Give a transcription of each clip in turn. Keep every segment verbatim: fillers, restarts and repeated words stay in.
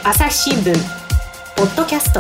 朝日新聞ポッドキャスト。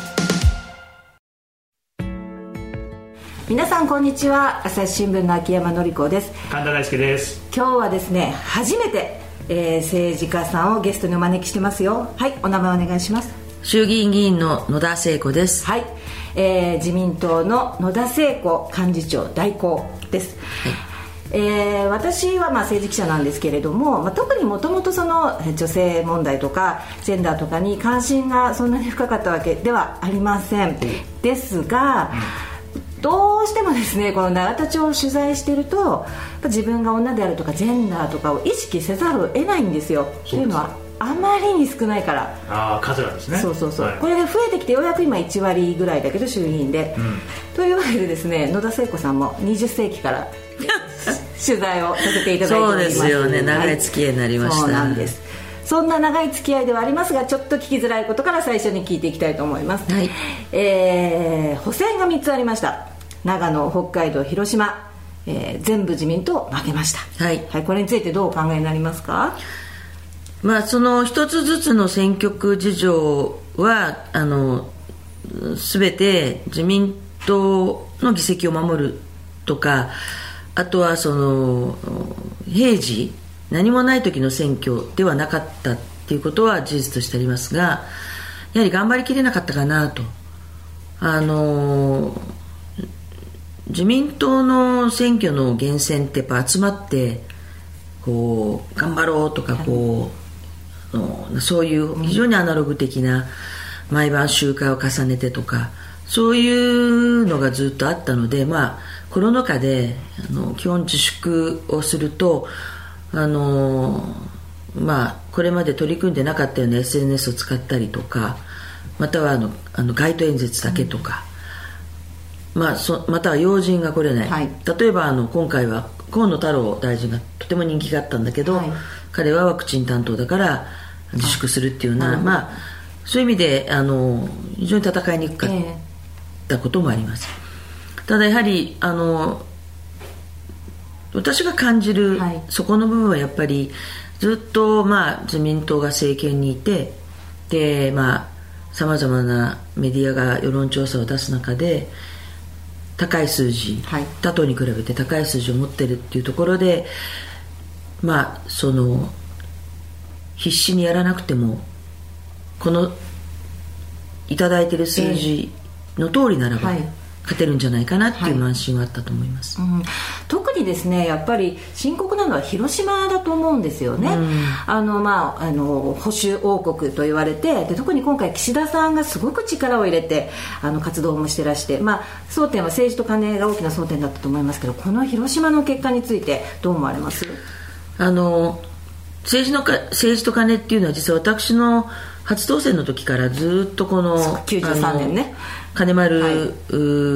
皆さんこんにちは。朝日新聞の秋山紀子です。 神田大輔です。 今日はですね、初めて、えー、政治家さんをゲストにお招きしてますよ。はい、お名前お願いします。 衆議院議員の野田聖子です。 はい、えー、自民党の野田聖子幹事長代行です。はい、えー、私はまあ政治記者なんですけれども、まあ、特にもともとその女性問題とかジェンダーとかに関心がそんなに深かったわけではありません。ですが、うん、どうしてもですね、この永田町を取材していると自分が女であるとかジェンダーとかを意識せざるを得ないんですよ。というのはあまりに少ないから。 ああ、数がですね。 そうそうそう、 はい、 これが増えてきてようやく今いち割ぐらいだけど衆議院で、うん、というわけでですね、野田聖子さんもにじゅっ世紀から取材をさせていただいております。 そうですよね、長い付き合いになりました。 そうなんです。そんな長い付き合いではありますが、ちょっと聞きづらいことから最初に聞いていきたいと思います。はい、えー、補選がみっつありました。長野、北海道、広島、えー、全部自民党負けました。はい、はい、これについてどうお考えになりますか？ まあ、その一つずつの選挙区事情はあの全て自民党の議席を守るとか、あとはその平時何もない時の選挙ではなかったっていうことは事実としてありますが、やはり頑張りきれなかったかなと。あの自民党の選挙の源泉ってやっぱ集まってこう頑張ろうとかこう、はい、そういう非常にアナログ的な毎晩集会を重ねてとか、そういうのがずっとあったので、まあ、コロナ禍であの基本自粛をすると、あの、まあ、これまで取り組んでなかったような エスエヌエス を使ったりとか、またはあのあの街頭演説だけとか、うん、まあ、そまたは要人が来れない、はい、例えばあの今回は河野太郎大臣がとても人気があったんだけど、はい、彼はワクチン担当だから自粛するっていうような、まあ、そういう意味であの非常に戦いにくかったこともあります。えー、ただやはりあの私が感じる、はい、そこの部分はやっぱりずっと、まあ、自民党が政権にいて、で、まあさまざまなメディアが世論調査を出す中で高い数字、はい、他党に比べて高い数字を持っているっていうところで、まあその必死にやらなくてもこのいただいている数字の通りならば、えーはい、勝てるんじゃないかなっていう慢心はあったと思います。 はい、うん、特にですね、やっぱり深刻なのは広島だと思うんですよね。うん、あのまああの保守王国と言われて、で特に今回岸田さんがすごく力を入れてあの活動もしてらして、まあ、争点は政治と金が大きな争点だったと思いますけど、この広島の結果についてどう思われます？ あの政治のか政治と金っていうのは実は私の初当選の時からずっとこのきゅうじゅうさんねんね、 金丸、はい、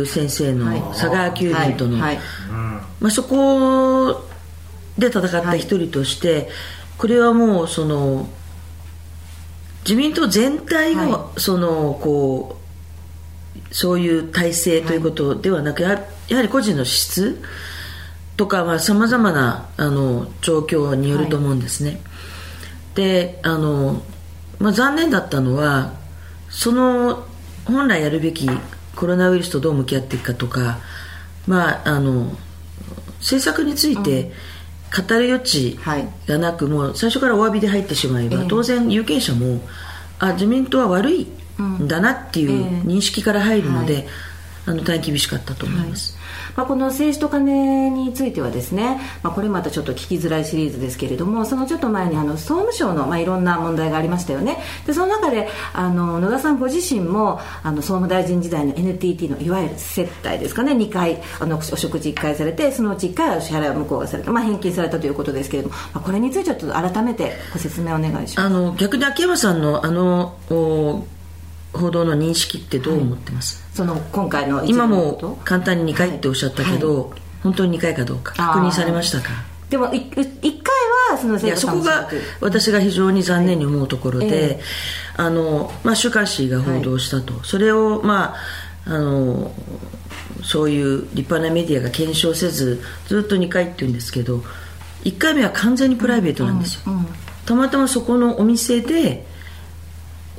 先生の佐川急便との、はいはい、まあ、そこで戦った一人として、はい、これはもうその自民党全体が、はい、そのこうそういう体制ということではなく、はい、やはり個人の資質とかさまざまなあの状況によると思うんですね。はい、であの、まあ、残念だったのはその本来やるべきコロナウイルスとどう向き合っていくかとか、まあ、あの政策について語る余地がなく、うん、もう最初からお詫びで入ってしまえば、えー、当然有権者もあ自民党は悪いんだなっていう認識から入るので、うん、えーはい、あの大変厳しかったと思います。はい、 まあ、この政治と金についてはですね、まあ、これまたちょっと聞きづらいシリーズですけれども、そのちょっと前にあの総務省の、まあ、いろんな問題がありましたよね。でその中であの野田さんご自身もあの総務大臣時代の エヌティーティー のいわゆる接待ですかね、にかいあのお食事いっかいされて、そのうちいっかいは支払いを向こうがされた、まあ、返金されたということですけれども、まあ、これについてちょっと改めてご説明お願いします。 あの逆に秋山さんのあの報道の認識ってどう思ってます？ はい、その今回の今も簡単ににかいっておっしゃったけど、はいはい、本当ににかいかどうか確認されましたか？ でもいいっかいはそのいやそこが私が非常に残念に思うところで、はい、えーあのまあ、週刊誌が報道したと、はい、それを、まあ、あのそういう立派なメディアが検証せずずっとにかいって言うんですけど、いっかいめは完全にプライベートなんですよ。うんうんうん、たまたまそこのお店で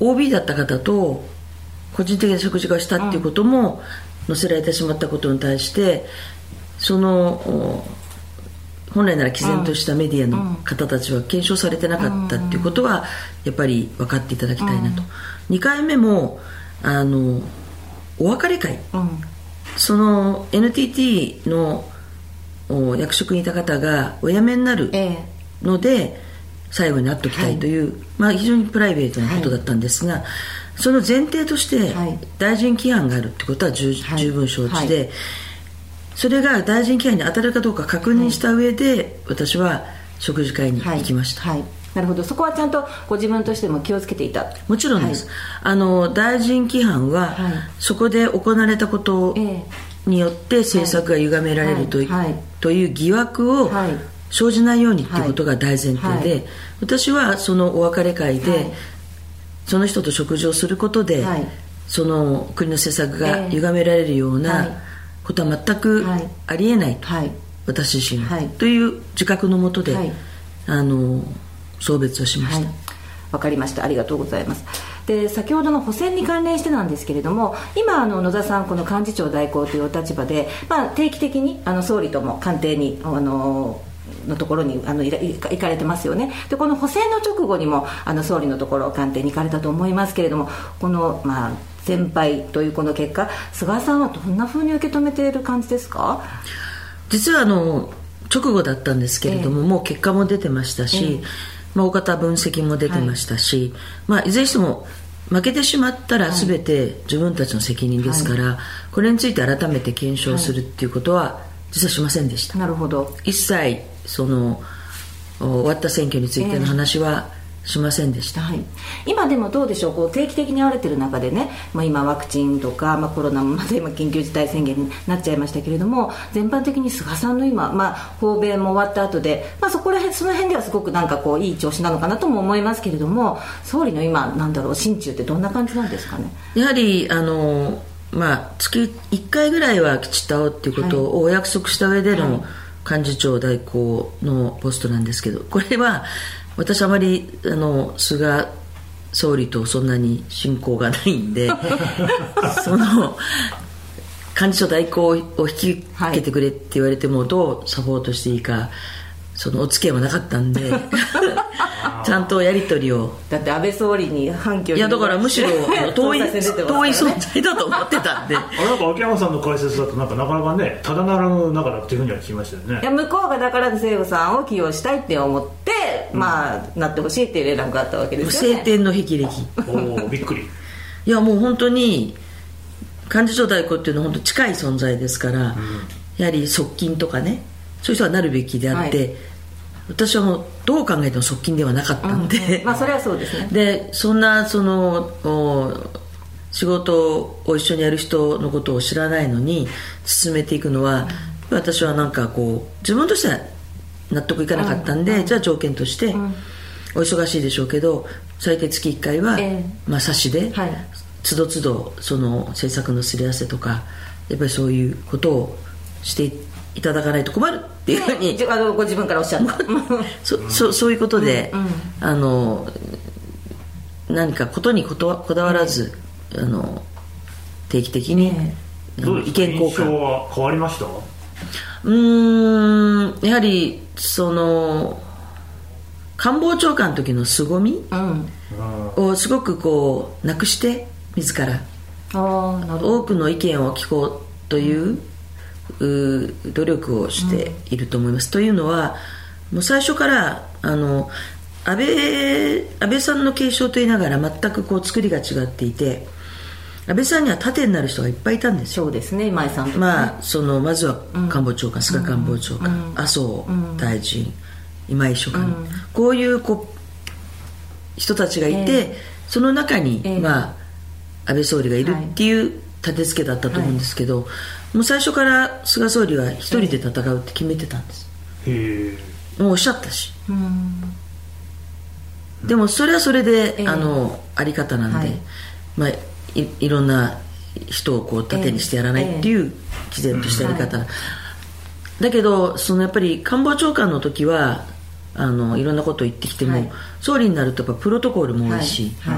オービー だった方と個人的な食事をしたっていうことも載せられてしまったことに対して、その本来なら毅然としたメディアの方たちは検証されてなかったっていうことはやっぱり分かっていただきたいなと。にかいめもあのお別れ会、うん、その エヌティーティー の役職にいた方がお辞めになるので、ええ、最後に会っておきたいという、はい、まあ、非常にプライベートなことだったんですが、はい、その前提として大臣規範があるってことは 十,、はい、十分承知で、はい、それが大臣規範に当たるかどうか確認した上で、はい、私は食事会に行きました、 はいはい、なるほど。そこはちゃんとご自分としても気をつけていた。 もちろんです、はい、あの大臣規範は、はい、そこで行われたことによって政策が歪められるという、はいはい、という疑惑を生じないようにということが大前提で、はいはい、私はそのお別れ会で、はい、その人と食事をすることで、はい、その国の政策が歪められるようなことは全くありえないと、はい、私自身、はい、という自覚のもとで、はい、あの送別をしました。 はい、わかりました。ありがとうございます。で、先ほどの補選に関連してなんですけれども、今あの野田さんこの幹事長代行というお立場で、まあ、定期的にあの総理とも官邸にあののところにあの行かれてますよね。で、この補選の直後にもあの総理のところ官邸に行かれたと思いますけれども、この、まあ、全敗というこの結果、菅さんはどんなふうに受け止めている感じですか？ 実はあの直後だったんですけれども、えー、もう結果も出てましたし、えーまあ、大方分析も出てましたし、はいまあ、いずれにしても負けてしまったら全て自分たちの責任ですから、はい、これについて改めて検証するっていうことは実はしませんでした。 なるほど。 一切その終わった選挙についての話はしませんでした、 えーはい、今でもどうでしょう、こう定期的に会われてる中でね、まあ、今ワクチンとか、まあ、コロナもまた今緊急事態宣言になっちゃいましたけれども、全般的に菅さんの今、まあ、訪米も終わった後で、まあ、そこら辺その辺ではすごくなんかこういい調子なのかなとも思いますけれども、総理の今なんだろう心中ってどんな感じなんですかね？ やはりあの、まあ、月いっかいぐらいはきちっと会うっていうことをお約束した上での幹事長代行のポストなんですけど、これは私あまりあの菅総理とそんなに親交がないんでその幹事長代行を引き受けてくれって言われてもどうサポートしていいか、そのお付き合いもなかったんでちゃんとやり取りを。 だって安倍総理に反響に、 いやだからむしろ遠い、ね、遠い存在だと思ってたんであなんか秋山さんの解説だとなんかなかなかねただならぬ仲だっていうふうには聞きましたよね。 いや向こうがだから聖子さんを起用したいって思って、うん、まあなってほしいっていう連絡があったわけですよね。 晴天の霹靂おびっくりいやもう本当に幹事長代行っていうのは本当近い存在ですから、うん、やはり側近とかね、そういう人はなるべきであって、はい、私はもうどう考えても側近ではなかったんで、 うんうん、まあそれはそうですね。 でそんなその仕事を一緒にやる人のことを知らないのに進めていくのは、うん、私はなんかこう自分としては納得いかなかったんで、うん、じゃあ条件として、うん、お忙しいでしょうけど最低月いっかいは、えーまあ、冊子で、はい、つどつどその政策のすり合わせとかやっぱりそういうことをしていただかないと困るっていうふうに、 ね、あのご自分からおっしゃったそ, そ, そういうことで、うんうん、あの何かことにこだわらず、うん、あの定期的に、ね、 どうですか、意見交換印象は変わりました？ うーんやはりその官房長官の時の凄みをすごくこうなくして自ら多くの意見を聞こうという、うん、努力をしていると思います、うん、というのはもう最初からあの安倍、安倍さんの継承と言いながら全くこう作りが違っていて、安倍さんには盾になる人がいっぱいいたんですよ。 そうですね、今井さんとか、ね、 まあ、そのまずは官房長官、うん、菅官房長官、うん、麻生大臣、うん、今井秘書官、うん、こういうこう人たちがいて、えー、その中に、えーまあ、安倍総理がいるっていう立て付けだったと思うんですけど、はい、もう最初から菅総理は一人で戦うって決めてたんです、えー、もうおっしゃったし、うん、でもそれはそれで、えー、あのあり方なんで、はい、まあい, いろんな人をこう盾にしてやらないっていう毅然としたやり方、えーえーはい、だけどそのやっぱり官房長官の時はあのいろんなことを言ってきても、はい、総理になるとやっぱプロトコルも多いし、はいはい、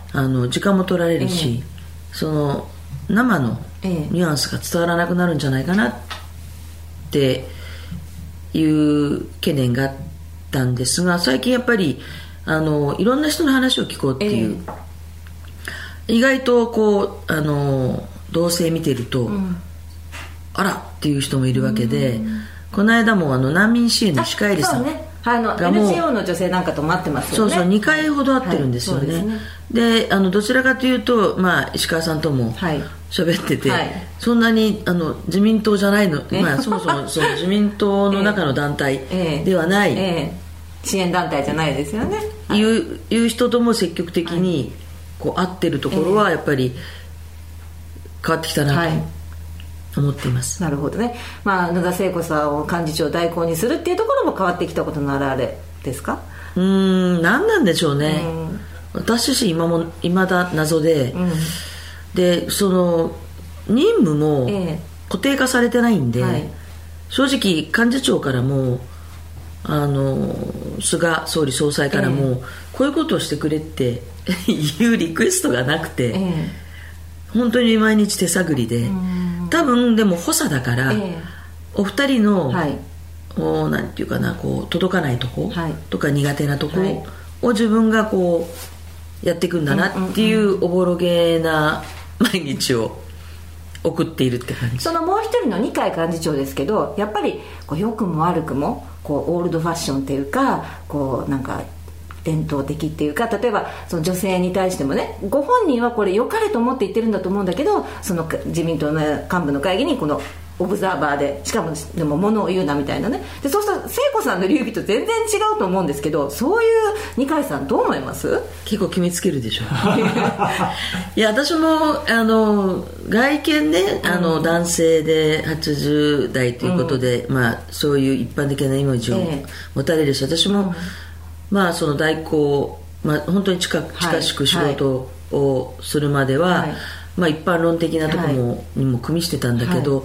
あの時間も取られるし、えー、その生のニュアンスが伝わらなくなるんじゃないかなっていう懸念があったんですが、最近やっぱりあのいろんな人の話を聞こうっていう、えー、意外とこうあの同性見てると、うん、あらっていう人もいるわけで、うん、この間もあの難民支援の石川えりさんがもう、 あの エヌジーオー の女性なんかとも会ってますよね。 そうそう、にかいほど会ってるんですよね、はい、で, ねであのどちらかというと、まあ、石川さんとも喋ってて、はい、そんなにあの自民党じゃないの、まあ、そもそもその自民党の中の団体ではない、えーえーえー、支援団体じゃないですよね、 はい、いういう人とも積極的にこう会ってるところはやっぱり変わってきたなと、はい思っています。 なるほどね、まあ、野田聖子さんを幹事長代行にするっていうところも変わってきたことのあれですか？ うーん、何なんでしょうね。うん私自身今も未だ謎で、うん、でその任務も固定化されてないんで、えーはい、正直幹事長からもあの菅総理総裁からも、えー、こういうことをしてくれっていうリクエストがなくて、えー、本当に毎日手探りで、多分でも補佐だから、えー、お二人の、はい、おなんていうかなこう届かないとこ、はい、とか苦手なとこを自分がこうやっていくんだなっていうおぼろげな毎日を送っているって感じ。 そのもう一人の二階幹事長ですけど、やっぱりこう良くも悪くもこうオールドファッションっていうか、こうなんか伝統的っていうか、例えばその女性に対してもね、ご本人はこれ良かれと思って言ってるんだと思うんだけど、その自民党の幹部の会議にこのオブザーバーで、しかもでも物を言うなみたいなね、でそうすると聖子さんの流儀と全然違うと思うんですけど、そういう二階さんどう思います？ 結構決めつけるでしょいや私もあの外見ね、あの、うん、男性ではちじゅう代ということで、うんまあ、そういう一般的なイメージを持たれるし、えー、私も、うんまあ、その代行、まあ、本当に近く、近しく仕事をするまでは、はいまあ、一般論的なところも、はい、にも組みしてたんだけど、はい、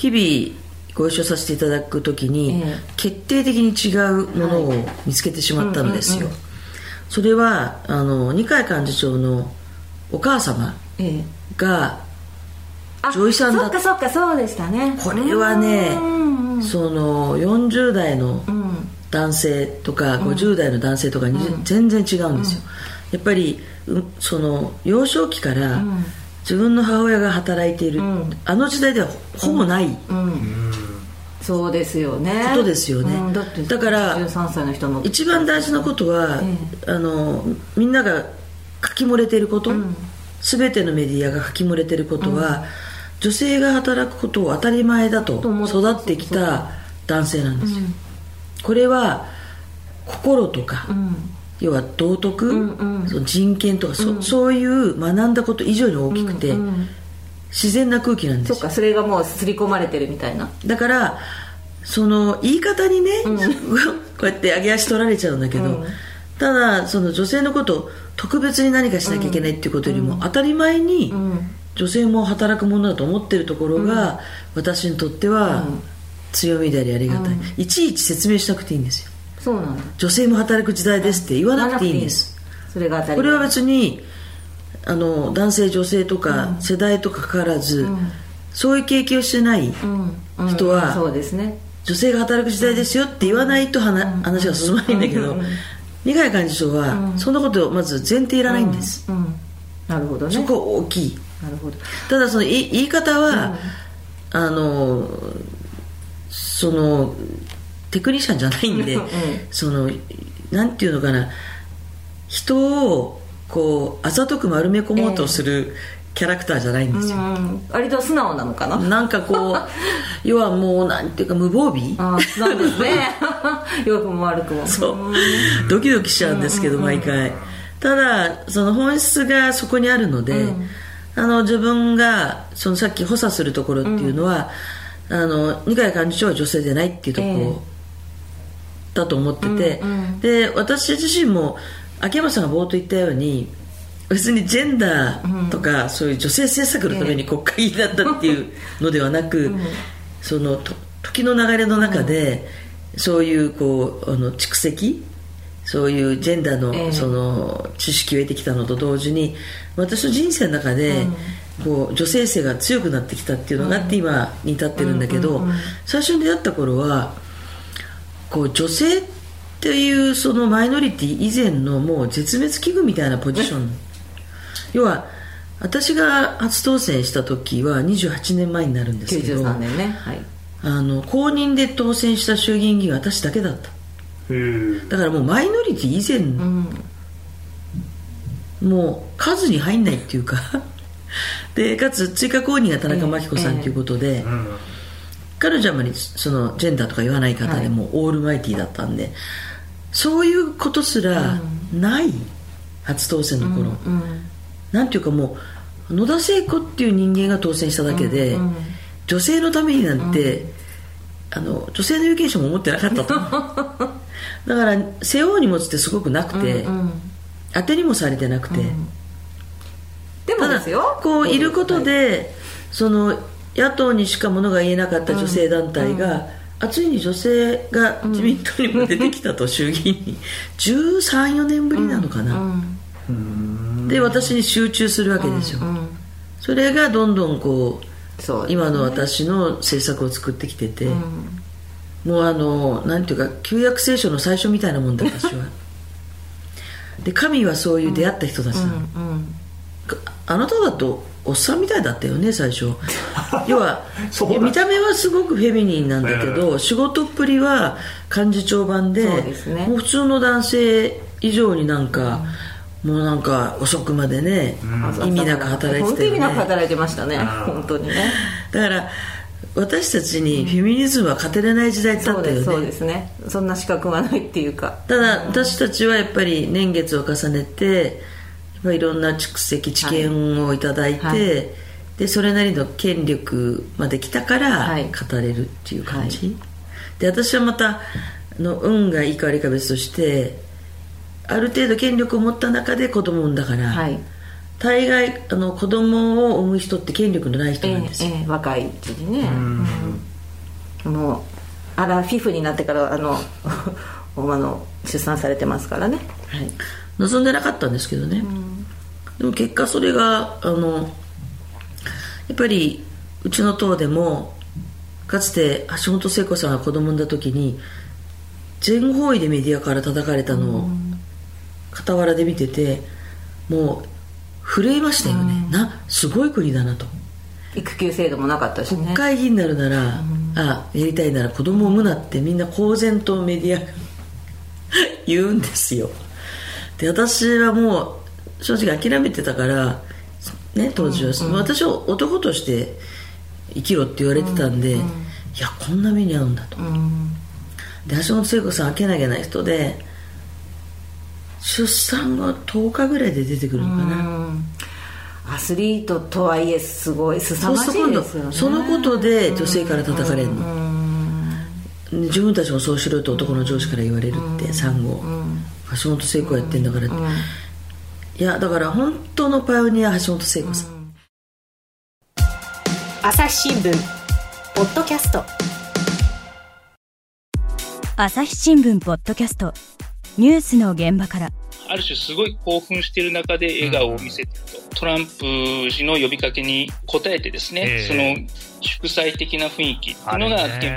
日々ご一緒させていただくときに、えー、決定的に違うものを見つけてしまったのですよ、はいうんうんうん、それはあの二階幹事長のお母様が女医さんだった。 そっかそっかそうでしたね。 これはね、うんうん、そのよんじゅう代の男性とかごじゅう代の男性とかに全然違うんですよ、うん、やっぱりその幼少期から自分の母親が働いている、うん、あの時代ではほぼない、うんうん、 そうですよねことですよね、うん、 だってだからじゅうさんさいの人の一番大事なことは、えー、あのみんなが書き漏れていること、うん、全てのメディアが書き漏れていることは、うん、女性が働くことを当たり前だと育ってきた男性なんですよ、うんこれは心とか、うん、要は道徳、うんうん、その人権とか そ,、うん、そういう学んだこと以上に大きくて、うんうん、自然な空気なんですよ。 そっかそれがもう刷り込まれてるみたいな。 だからその言い方にね、うん、こうやって上げ足取られちゃうんだけど、うん、ただその女性のことを特別に何かしなきゃいけないっていうことよりも、うん、当たり前に女性も働くものだと思ってるところが、うん、私にとっては、うん強みでありありがたい、うん、いちいち説明しなくていいんですよ。 そうなんだ。 女性も働く時代ですって言わなくていいんです。 それが当たり前。 これは別にあの男性女性とか世代とかかかわらず、うん、そういう経験をしてない人は、うんうん、そうですね、女性が働く時代ですよって言わないと 話,、うん、話が進まないんだけど、うん、二階幹事長は、うん、そんなことをまず前提いらないんです、うんうん、 なるほどね。 そこは大きい。 なるほど。 ただその言い方は、うん、あのそのテクニシャンじゃないんで、うん、そのなんていうのかな、人をこうあざとく丸め込もうとするキャラクターじゃないんですよ、えー、うん割と素直なのかな。 なんかこう要はもうなんていうか無防備あなんですねよくも悪くもそうドキドキしちゃうんですけど、毎回。ただその本質がそこにあるので、うん、あの自分がそのさっき補佐するところっていうのは、うん、あの二階幹事長は女性でないっていうところ、えー、だと思ってて、うんうん、で私自身も秋山さんが冒頭言ったように別にジェンダーとか、うん、そういう女性政策のために国会議員だったっていうのではなく、うん、そのと時の流れの中で、うん、そういうこうあの蓄積そういうジェンダーの、 えー、 その知識を得てきたのと同時に私の人生の中で、うん、こう女性性が強くなってきたっていうのがあって、うん、今に至ってるんだけど、うんうんうん、最初に出会った頃はこう女性っていうそのマイノリティ以前のもう絶滅危惧みたいなポジション要は私が初当選した時はにじゅうはちねんまえになるんですけどきゅうじゅうさんねんね、はい、 あの公認で当選した衆議院議員が私だけだった。だからもうマイノリティ以前、うん、もう数に入んないっていうかでかつ追加公認が田中真紀子さんということで、えーえーうん、彼女はあまりそのジェンダーとか言わない方でもオールマイティーだったんで、はい、そういうことすらない、うん、初当選の頃、うんうん、なんていうかもう野田聖子っていう人間が当選しただけで、うんうん、女性のためになんて、うん、あの女性の有権者も思ってなかったとだから背負う荷物ってすごくなくて、うんうん、当てにもされてなくて、うん、 でもですよただこういることで、はい、その野党にしかものが言えなかった女性団体が、うん、ついに女性が自民党にも出てきたと、うん、衆議院にじゅうさん、よねんぶりなのかな、うんうん、で私に集中するわけですよ、うんうん、それがどんどんこう、そうですね、今の私の政策を作ってきてて、うん、もうあのなんていうか旧約聖書の最初みたいなもんだ私はで神はそういう出会った人たちなの、うんうん、あなただとおっさんみたいだったよね最初要は見た目はすごくフェミニンなんだけど、えー、仕事っぷりは幹事長版 で, で、ね、もう普通の男性以上になんか、うん、もうなんか遅くまでね、うん、意味なく働いてたよね。 本当に意味なく働いてましたね、うん、本当にね。 だから私たちにフェミニズムは勝てれない時代だったよね、うん、 そうですね。そんな資格はないっていうか、 ただ私たちはやっぱり年月を重ねていろんな蓄積知見をいただいて、はいはい、でそれなりの権力まで来たから語れるっていう感じ、はいはい、で私はまたの運がいいか悪いか別としてある程度権力を持った中で子供を産んだから、はい、大概あの子供を産む人って権力のない人なんですよ、 えーえー、若いうちにね、うん、もうアラフィフになってからあのあの出産されてますからね、はい、 望んでなかったんですけどね、うん、でも結果それがあのやっぱりうちの党でもかつて橋本聖子さんが子供を産んだ時に全方位でメディアから叩かれたのを傍らで見ててもう震えましたよね、うん、なすごい国だなと。 育休制度もなかったしね。 国会議員になるなら、うん、あやりたいなら子供を産むなってみんな公然とメディアが言うんですよ。で私はもう正直諦めてたからね当時は、うんうん、私は男として生きろって言われてたんで、うんうん、いやこんな目に遭うんだと、うん、で橋本聖子さんはけなげな人で出産がとおかぐらいで出てくるのかな、うん、 アスリートとはいえすごい凄まじいですよね。 そのことで女性から叩かれるの、うんうん、自分たちもそうしろと男の上司から言われるって、うん、産後、うん、橋本聖子やってんだからって、うんうん、いやだから本当のパイオニアは橋本聖子さん、うん、 朝日新聞ポッドキャスト朝日新聞ポッドキャストニュースの現場から。 ある種すごい興奮している中で笑顔を見せていると、うん、トランプ氏の呼びかけに応えてですね、えー、その祝祭的な雰囲気というのが現場にあった。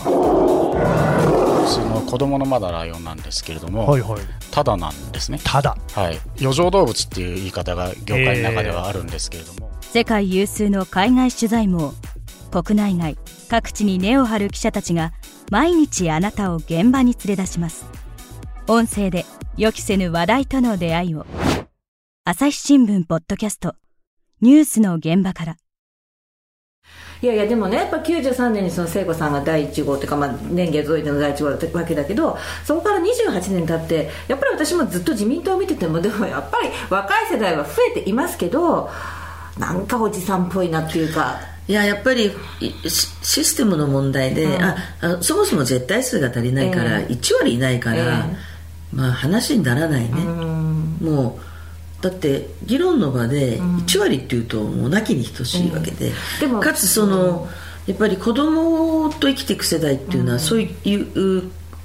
その子供のまだライオンなんですけれども、はいはい、ただなんですね。 ただ、 はい、余剰動物っていう言い方が業界の中ではあるんですけれども、 えー、世界有数の海外取材網、国内外各地に根を張る記者たちが毎日あなたを現場に連れ出します。音声で予期せぬ話題との出会いを。朝日新聞ポッドキャストニュースの現場から。 いやいやでもねやっぱきゅうじゅうさんねんにその聖子さんがだいいち号というか、まあ、年月をいてのだいいち号だったわけだけど、そこからにじゅうはちねん経ってやっぱり私もずっと自民党を見ててもでもやっぱり若い世代は増えていますけどなんかおじさんっぽいなっていうか。 いややっぱりシステムの問題で、うん、ああそもそも絶対数が足りないから、えー、いちわりいないから、えーまあ、話にならないね、うん、もうだって議論の場でいちわりっていうともうなきに等しいわけで、うん、でもかつその、うん、やっぱり子供と生きていく世代っていうのは、うん、そういう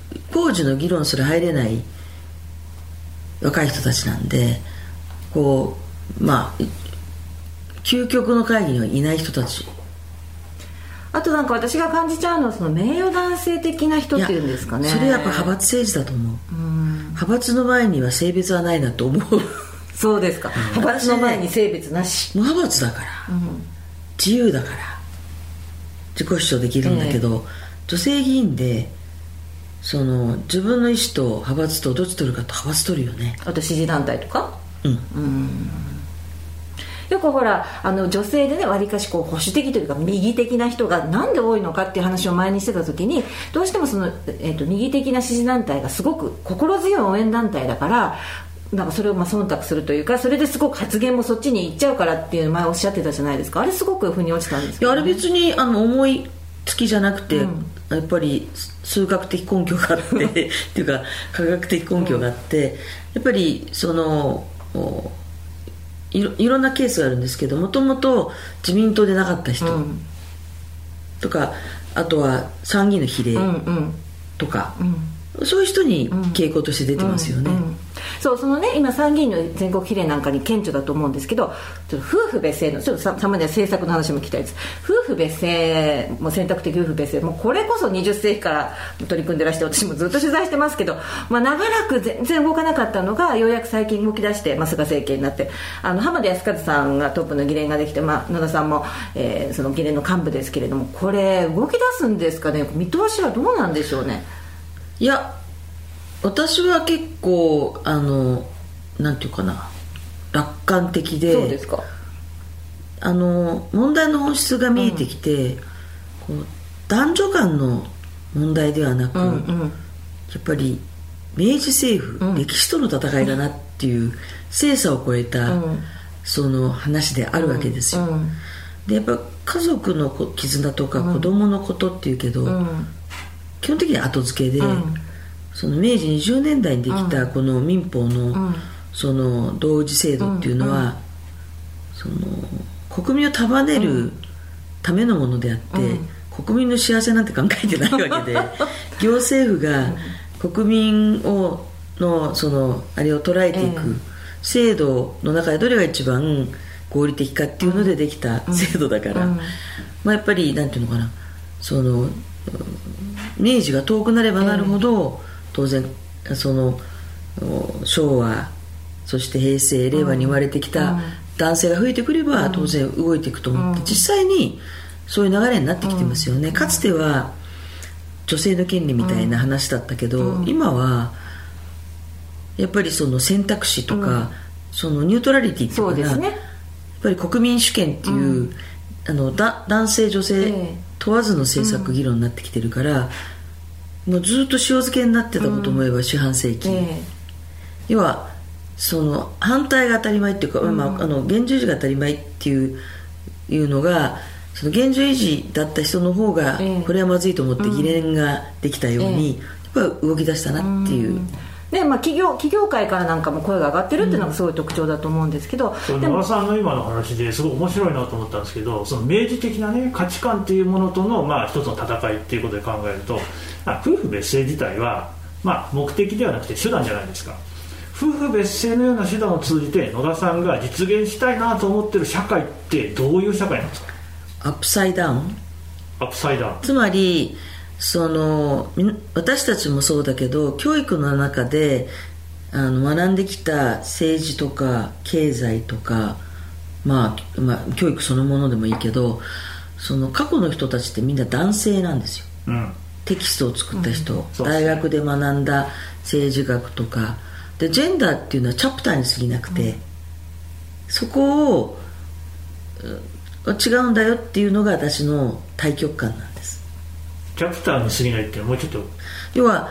工事の議論すら入れない若い人たちなんで、こうまあ究極の会議にはいない人たち。 あとなんか私が感じちゃうのはその名誉男性的な人っていうんですかね。 それはやっぱ派閥政治だと思う。うん派閥の前には性別はないなと思う。 そうですか、うん、派閥の前に性別なし。 無派閥だから、うん、自由だから自己主張できるんだけど、えー、女性議員でその自分の意思と派閥とどっち取るかと派閥取るよね。 あと支持団体とか、 うん、 うんよくほらあの女性でねわりかしこう保守的というか右的な人がなんで多いのかっていう話を前にしてた時に、どうしてもその、えーと、右的な支持団体がすごく心強い応援団体だからなんかそれをまあ忖度するというか、それですごく発言もそっちに行っちゃうからっていうの前おっしゃってたじゃないですか。あれすごく腑に落ちたんですけど、ね、 いやあれ別にあの思いつきじゃなくて、うん、やっぱり数学的根拠があってっていうか科学的根拠があって、うん、やっぱりそのい ろ, いろんなケースがあるんですけど、もともと自民党でなかった人、うん、とかあとは参議院の比例とか、うんうん、そういう人に傾向として出てますよね、うんうんうん、 そうそのね今参議院の全国比例なんかに顕著だと思うんですけど、ちょっと夫婦別姓のちょっとさまには政策の話も聞きたいです。夫婦別姓も選択的夫婦別姓もこれこそにじゅっ世紀から取り組んでらして、私もずっと取材してますけど、まあ、長らく全然動かなかったのがようやく最近動き出して、まあ、菅政権になってあの浜田靖一さんがトップの議連ができて、まあ、野田さんも、えー、その議連の幹部ですけれども、これ動き出すんですかね。見通しはどうなんでしょうね。 いや私は結構あのなんていうかな楽観的で、 そうですか。 あの問題の本質が見えてきて、うん、こう男女間の問題ではなく、うんうん、やっぱり明治政府、うん、歴史との戦いだなっていう性差を超えた、うん、その話であるわけですよ、うん、でやっぱ家族の絆とか子供のことっていうけど、うん、基本的に後付けで、うん、その明治にじゅうねんだいにできたこの民法の、うん、その同時制度っていうのは、うんうん、その国民を束ねるためのものであって、うん、国民の幸せなんて考えてないわけで行政府が国民を の, そのあれを捉えていく制度の中でどれが一番合理的かっていうのでできた制度だから、うんうんまあ、やっぱりなんていうのかな、その明治が遠くなればなるほど、当然その昭和そして平成令和に生まれてきた男性が増えてくれば当然動いていくと思って、実際にそういう流れになってきてますよね。かつては女性の権利みたいな話だったけど、今はやっぱりその選択肢とか、そのニュートラリティっていうかな、やっぱり国民主権っていう、あのだ男性女性問わずの政策議論になってきてるから、もうずっと塩漬けになってたこと思えば四半世紀、要はその反対が当たり前っていうか、まあ、あの現状維持が当たり前っていう、いうのがその現状維持だった人の方がこれはまずいと思って議連ができたように、やっぱ動き出したなっていう、 でまあ、企業、企業界からなんかも声が上がってるっていうのがすごい特徴だと思うんですけど、 うん、野田さんの今の話ですごい面白いなと思ったんですけど、その明示的な、ね、価値観っていうものとの、まあ、一つの戦いっていうことで考えると、夫婦別姓自体は、まあ、目的ではなくて手段じゃないですか。夫婦別姓のような手段を通じて野田さんが実現したいなと思ってる社会ってどういう社会なんですか？ アップサイダウンアップサイダウンつまりその私たちもそうだけど、教育の中であの学んできた政治とか経済とか、まあ、まあ教育そのものでもいいけど、その過去の人たちってみんな男性なんですよ、うん、テキストを作った人、うんね、大学で学んだ政治学とかで、ジェンダーっていうのはチャプターに過ぎなくて、うん、そこを違うんだよっていうのが私の大局観なんです。 チャプターに過ぎないっていうのはもうちょっと、 要は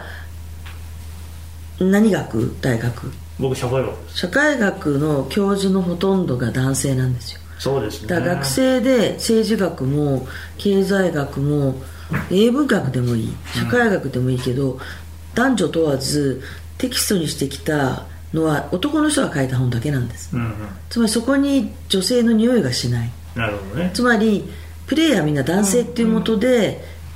何学大学僕社会学です。 社会学の教授のほとんどが男性なんですよ。 そうですね。 だから学生で政治学も経済学も英文学でもいい、社会学でもいいけど、うん、男女問わずテキストにしてきたのは男の人が書いた本だけなんです、うんうん、つまりそこに女性の匂いがしない。 なるほどね。 つまりプレイヤーみんな男性っていうもとで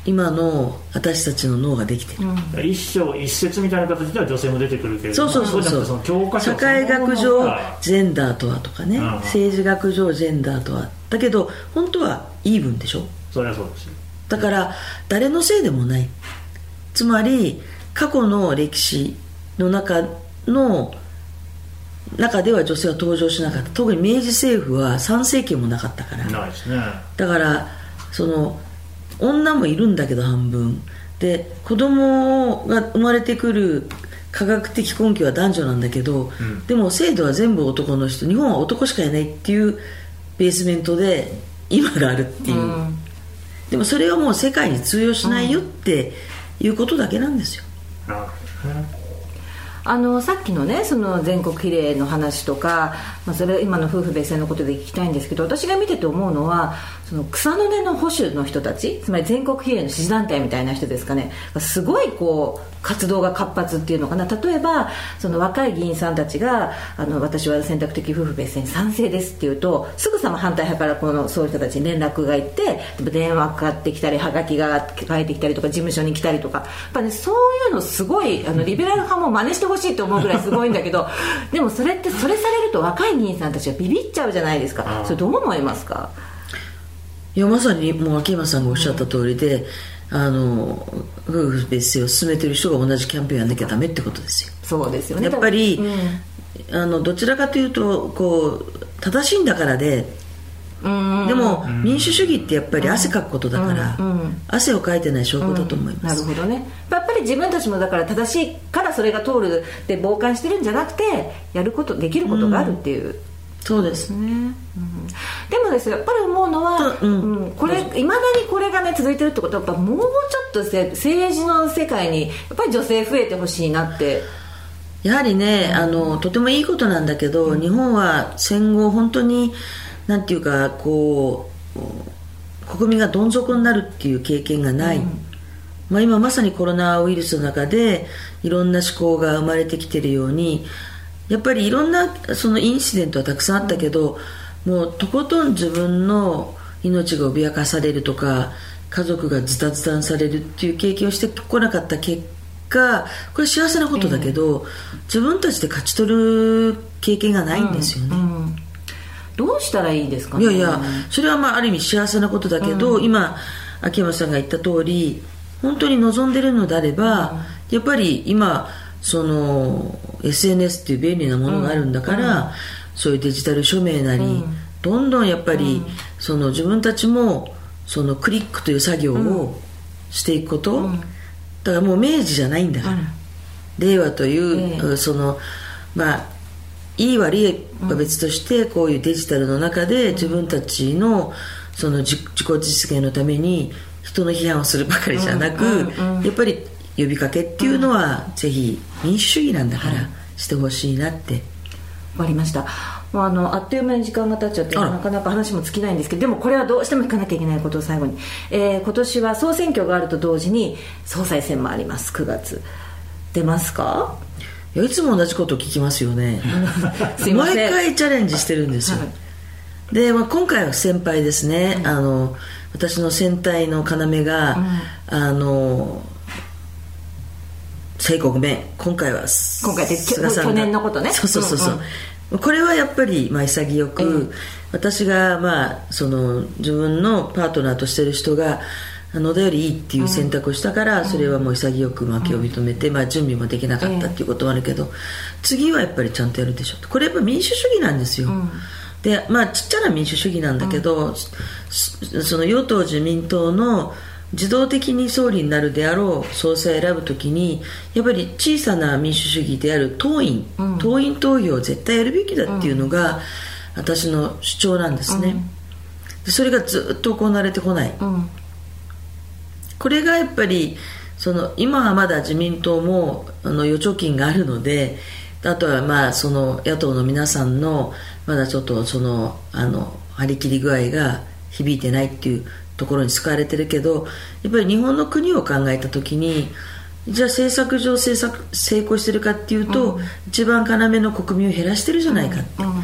今の私たちの脳ができてる、 うん、一章一節みたいな形では女性も出てくるけれども、 そうそうそうそう、 教科書社会学上ジェンダーとはとかね、うん、政治学上ジェンダーとは、だけど本当はイーブンでしょ。 それはそうですよ。 だから誰のせいでもない、つまり過去の歴史の中の中では女性は登場しなかった。特に明治政府は参政権もなかったから。 ないですね。 だからその女もいるんだけど半分で、子供が生まれてくる科学的根拠は男女なんだけど、うん、でも制度は全部男の人、日本は男しかいないっていうベースメントで今があるっていう、うん、でもそれはもう世界に通用しないよっていうことだけなんですよ。 なるほどね。 あのさっきのね、その全国比例の話とか、まあ、それ今の夫婦別姓のことで聞きたいんですけど、私が見てて思うのは、その草の根の保守の人たち、つまり全国比例の支持団体みたいな人ですかね、すごいこう活動が活発っていうのかな。例えばその若い議員さんたちがあの私は選択的夫婦別姓に賛成ですっていうと、すぐさま反対派からこのそういう人たちに連絡がいって、電話かかってきたり、はがきが返ってきたりとか、事務所に来たりとか、やっぱ、ね、そういうのすごいあのリベラル派も真似してほしいと思うぐらいすごいんだけどでもそれってそれされると若い議員さんたちはビビっちゃうじゃないですか。それどう思いますか？ いや、まさにもう秋山さんがおっしゃった通りで、うん、あの夫婦別姓を進めてる人が同じキャンペーンやんなきゃダメってことですよ。 そうですよね。 やっぱり、うん、あのどちらかというとこう正しいんだからで、うんでも、うん、民主主義ってやっぱり汗かくことだから、うんうん、汗をかいてない証拠だと思います、 うん、なるほどね。やっぱり自分たちもだから正しいからそれが通るで傍観してるんじゃなくて、やることできることがあるっていう、うん、 そうですね、 うん、でもですよ、やっぱり思うのは、うんうん、これいまだにこれがね続いてるってことは、やっぱもうちょっとせ政治の世界にやっぱり女性増えてほしいなって。 やはりね、あのとてもいいことなんだけど、うん、日本は戦後本当になんていうかこう国民がどん底になるっていう経験がない、うんまあ、今まさにコロナウイルスの中でいろんな思考が生まれてきているように、やっぱりいろんなそのインシデントはたくさんあったけど、うん、もうとことん自分の命が脅かされるとか家族がズタズタにされるっていう経験をしてこなかった結果、これ幸せなことだけど、うん、自分たちで勝ち取る経験がないんですよね、うんうん、 どうしたらいいですかね。 いやいや、それはまあある意味幸せなことだけど、うん、今秋山さんが言った通り本当に望んでるのであれば、うん、やっぱり今その エスエヌエス っていう便利なものがあるんだから、うん、そういうデジタル署名なり、うん、どんどんやっぱり、うん、その自分たちもそのクリックという作業をしていくこと、うん、だからもう明治じゃないんだから、うん、令和という、えー、そのまあいい悪いは別として、こういうデジタルの中で自分たちのその自己実現のために人の批判をするばかりじゃなく、やっぱり呼びかけっていうのはぜひ民主主義なんだからしてほしいなって。 わかりました。もうあのあっという間に時間が経っちゃってなかなか話も尽きないんですけど、でもこれはどうしても聞かなきゃいけないことを最後に、えー、今年は総選挙があると同時に総裁選もあります。くがつ出ますか？ いや、いつも同じこと聞きますよねすいません、 毎回チャレンジしてるんですよ、はい、で、まあ、今回は先輩ですね、うん、あの私の選対の要が、うん、あの聖国面、今回は今回って去年のことね。 そうそうそうそう、うんうん、これはやっぱり、まあ、潔く、うん、私が、まあ、その自分のパートナーとしてる人が野田よりいいっていう選択をしたから、うん、それはもう潔く負けを認めて、うんまあ、準備もできなかったっていうこともあるけど、うん、次はやっぱりちゃんとやるでしょ。これやっぱ民主主義なんですよ、うん、でまあちっちゃな民主主義なんだけど、うん、その与党自民党の自動的に総理になるであろう総裁を選ぶときにやっぱり小さな民主主義である党員、うん、党員投票を絶対やるべきだっていうのが、うん、私の主張なんですね、うん、でそれがずっと行われてこない、うん、これがやっぱりその今はまだ自民党もあの預貯金があるので、あとはまあその野党の皆さんのまだちょっとそのあの張り切り具合が響いてないっていうところに使われてるけど、やっぱり日本の国を考えた時にじゃあ政策上政策成功してるかっていうと、うん、一番要の国民を減らしてるじゃないかって、うんうん、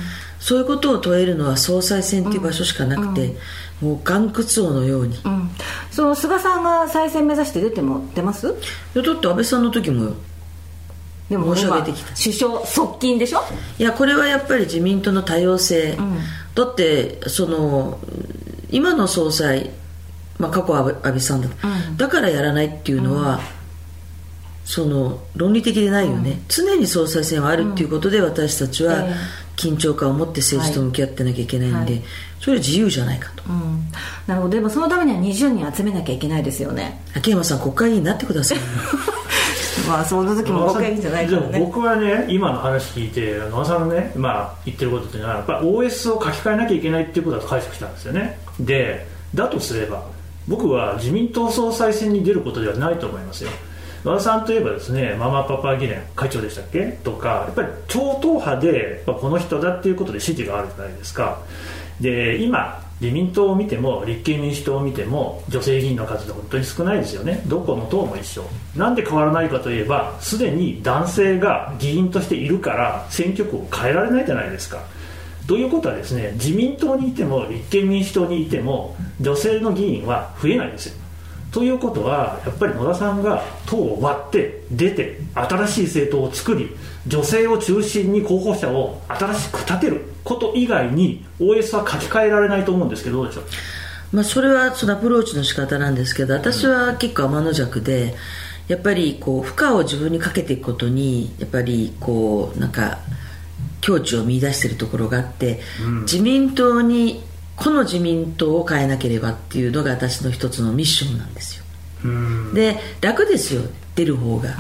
そういうことを問えるのは総裁選っていう場所しかなくて、うんうん、もう岩窟王のように、 うん、その菅さんが再選目指して出ても出ます？ いやだって安倍さんの時もよでも申し上げてきた首相側近でしょ。 いやこれはやっぱり自民党の多様性、うん、だってその今の総裁、まあ、過去は安倍さんだ、うん、だからやらないっていうのは、うん、その論理的でないよね、うん、常に総裁選はあるっていうことで、私たちは緊張感を持って政治と向き合ってなきゃいけないんで、はいはい、それは自由じゃないかと、うん、 なるほど。でもそのためにはにじゅうにん集めなきゃいけないですよね。 秋山さん国会議員になってくださいまあその時も国会議員じゃないからね。 でも僕はね今の話聞いて野田さんのね、まあ、言ってることっていうのはやっぱり オーエス を書き換えなきゃいけないっていうことだと解釈したんですよね。でだとすれば僕は自民党総裁選に出ることではないと思いますよ。野田さんといえばですねママパパ議連会長でしたっけとかやっぱり超党派でやっぱこの人だっていうことで支持があるじゃないですか。で今自民党を見ても立憲民主党を見ても女性議員の数って本当に少ないですよね。どこの党も一緒。なんで変わらないかといえばすでに男性が議員としているから選挙区を変えられないじゃないですか。ということはですね自民党にいても立憲民主党にいても女性の議員は増えないんですよ。ということはやっぱり野田さんが党を割って出て新しい政党を作り女性を中心に候補者を新しく立てること以外に オーエス は書き換えられないと思うんですけどどうでしょう。 まあ、それはそのアプローチの仕方なんですけど、私は結構天の弱でやっぱりこう負荷を自分にかけていくことにやっぱりこうなんか境地を見出しているところがあって、うん、自民党にこの自民党を変えなければっていうのが私の一つのミッションなんですよ。うんで楽ですよ出る方が、うん、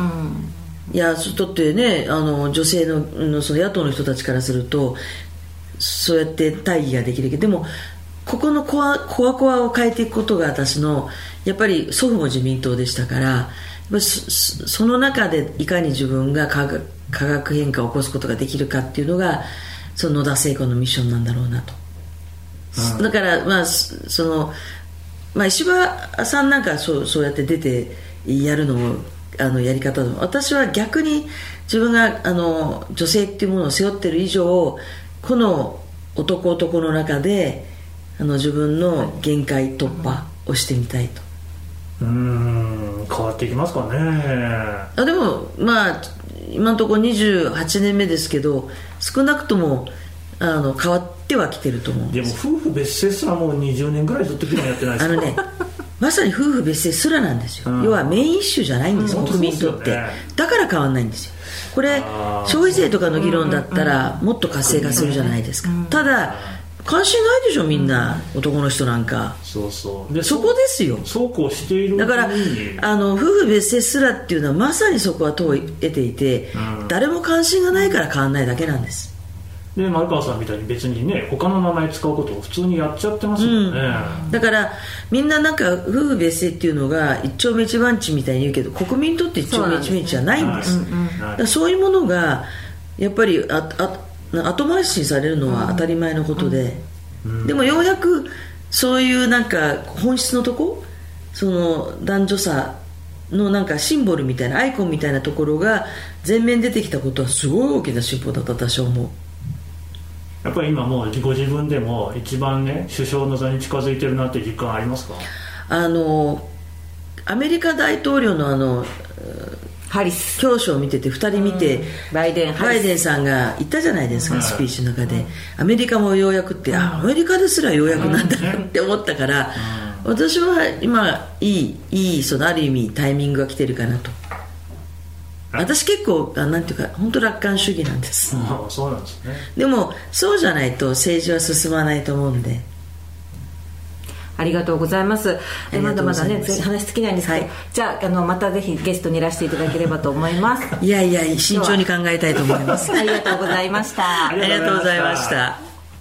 いやだってねあの女性 の, のその野党の人たちからするとそうやって大義ができるけど、でもここのコアコアコアを変えていくことが私のやっぱり祖父も自民党でしたから、そ, その中でいかに自分が化学、化学変化を起こすことができるかっていうのがその野田聖子のミッションなんだろうなと。うん、だからまあその、まあ、石破さんなんかそう、そうやって出てやるのもあのやり方でも、私は逆に自分があの女性っていうものを背負ってる以上この男男の中であの自分の限界突破をしてみたいと。 うーん変わっていきますかね。 あでもまあ今のところにじゅうはちねんめですけど少なくともあの変わってはきてると思うんです。 でも夫婦別姓すらもうにじゅうねんぐらいずっと議論やってないですか。 あのねまさに夫婦別姓すらなんですよ、うん、要はメインイッシュじゃないんです、うん、国民にとって、ね、だから変わんないんですよ。これ消費税とかの議論だったらもっと活性化するじゃないですか、うん、ただ関心ないでしょみんな、うん、男の人なんか。 そうそうでそこですよ。 そうこうしているだからあの夫婦別姓すらっていうのはまさにそこは党を得ていて、うん、誰も関心がないから変わんないだけなんです。 で丸川さんみたいに別にね他の名前使うことを普通にやっちゃってますもんね、 うん、だからみんななんか夫婦別姓っていうのが一丁目一番地みたいに言うけど国民にとって一丁目一番地じゃないんです。そうなんですね。だからそういうものがやっぱりああ後回しにされるのは当たり前のことで、うんうん、でもようやくそういうなんか本質のとこその男女差のなんかシンボルみたいなアイコンみたいなところが前面に出てきたことはすごい大きな進歩だと私は思う。 やっぱり今もうご自分でも一番ね首相の座に近づいてるなって実感ありますか。 あのアメリカ大統領のあのハリス教書を見ててふたり見て、うん、 バイデンバイデンさんが言ったじゃないですか、うん、スピーチの中で、うん、アメリカもようやくって、うん、あアメリカですらようやくなんだなって思ったから、うん、私は今いいいいそのある意味タイミングが来てるかなと。私結構なんていうか本当楽観主義なんです、 うん、そうなんですね。 でもそうじゃないと政治は進まないと思うんで。 ありがとうございます。えまだまだね話尽きないんですけど、はい、じゃあ、 あのまたぜひゲストにいらしていただければと思います。 いやいや慎重に考えたいと思いますありがとうございましたありがとうございました。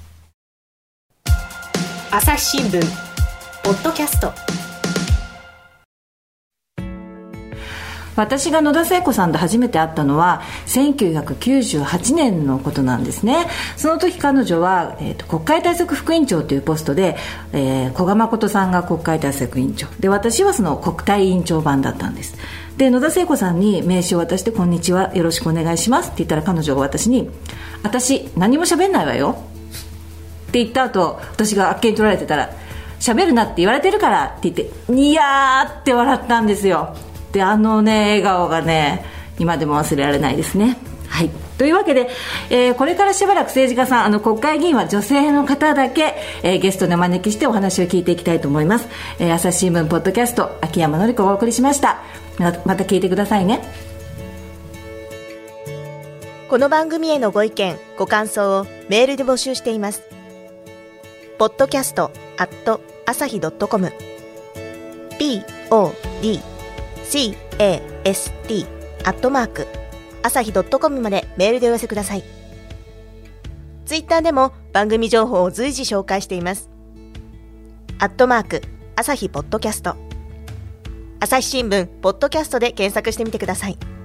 朝日新聞ポッドキャスト。 私が野田聖子さんと初めて会ったのはせんきゅうひゃくきゅうじゅうはちねんのことなんですね。その時彼女は、えーと、国会対策副委員長というポストで、えー、古賀誠さんが国会対策委員長で私はその国対委員長版だったんです。で野田聖子さんに名刺を渡してこんにちはよろしくお願いしますって言ったら彼女が私に私何も喋んないわよって言った後、私があっけに取られてたら、喋るなって言われてるからって言ってニヤーって笑ったんですよ。であのね笑顔がね今でも忘れられないですね。はい、というわけで、えー、これからしばらく政治家さん、あの国会議員は女性の方だけ、えー、ゲストでお招きしてお話を聞いていきたいと思います。えー、朝日新聞ポッドキャスト、秋山紀子がお送りしました。また、また聞いてくださいね。 この番組へのご意見ご感想をメールで募集しています。ポッドキャストアット朝日ドットコム ポッドキャストアットマーク朝日ドットコムまでメールでお寄せください。ツイッターでも番組情報を随時紹介しています。アットマーク朝日ポッドキャスト、朝日新聞ポッドキャストで検索してみてください。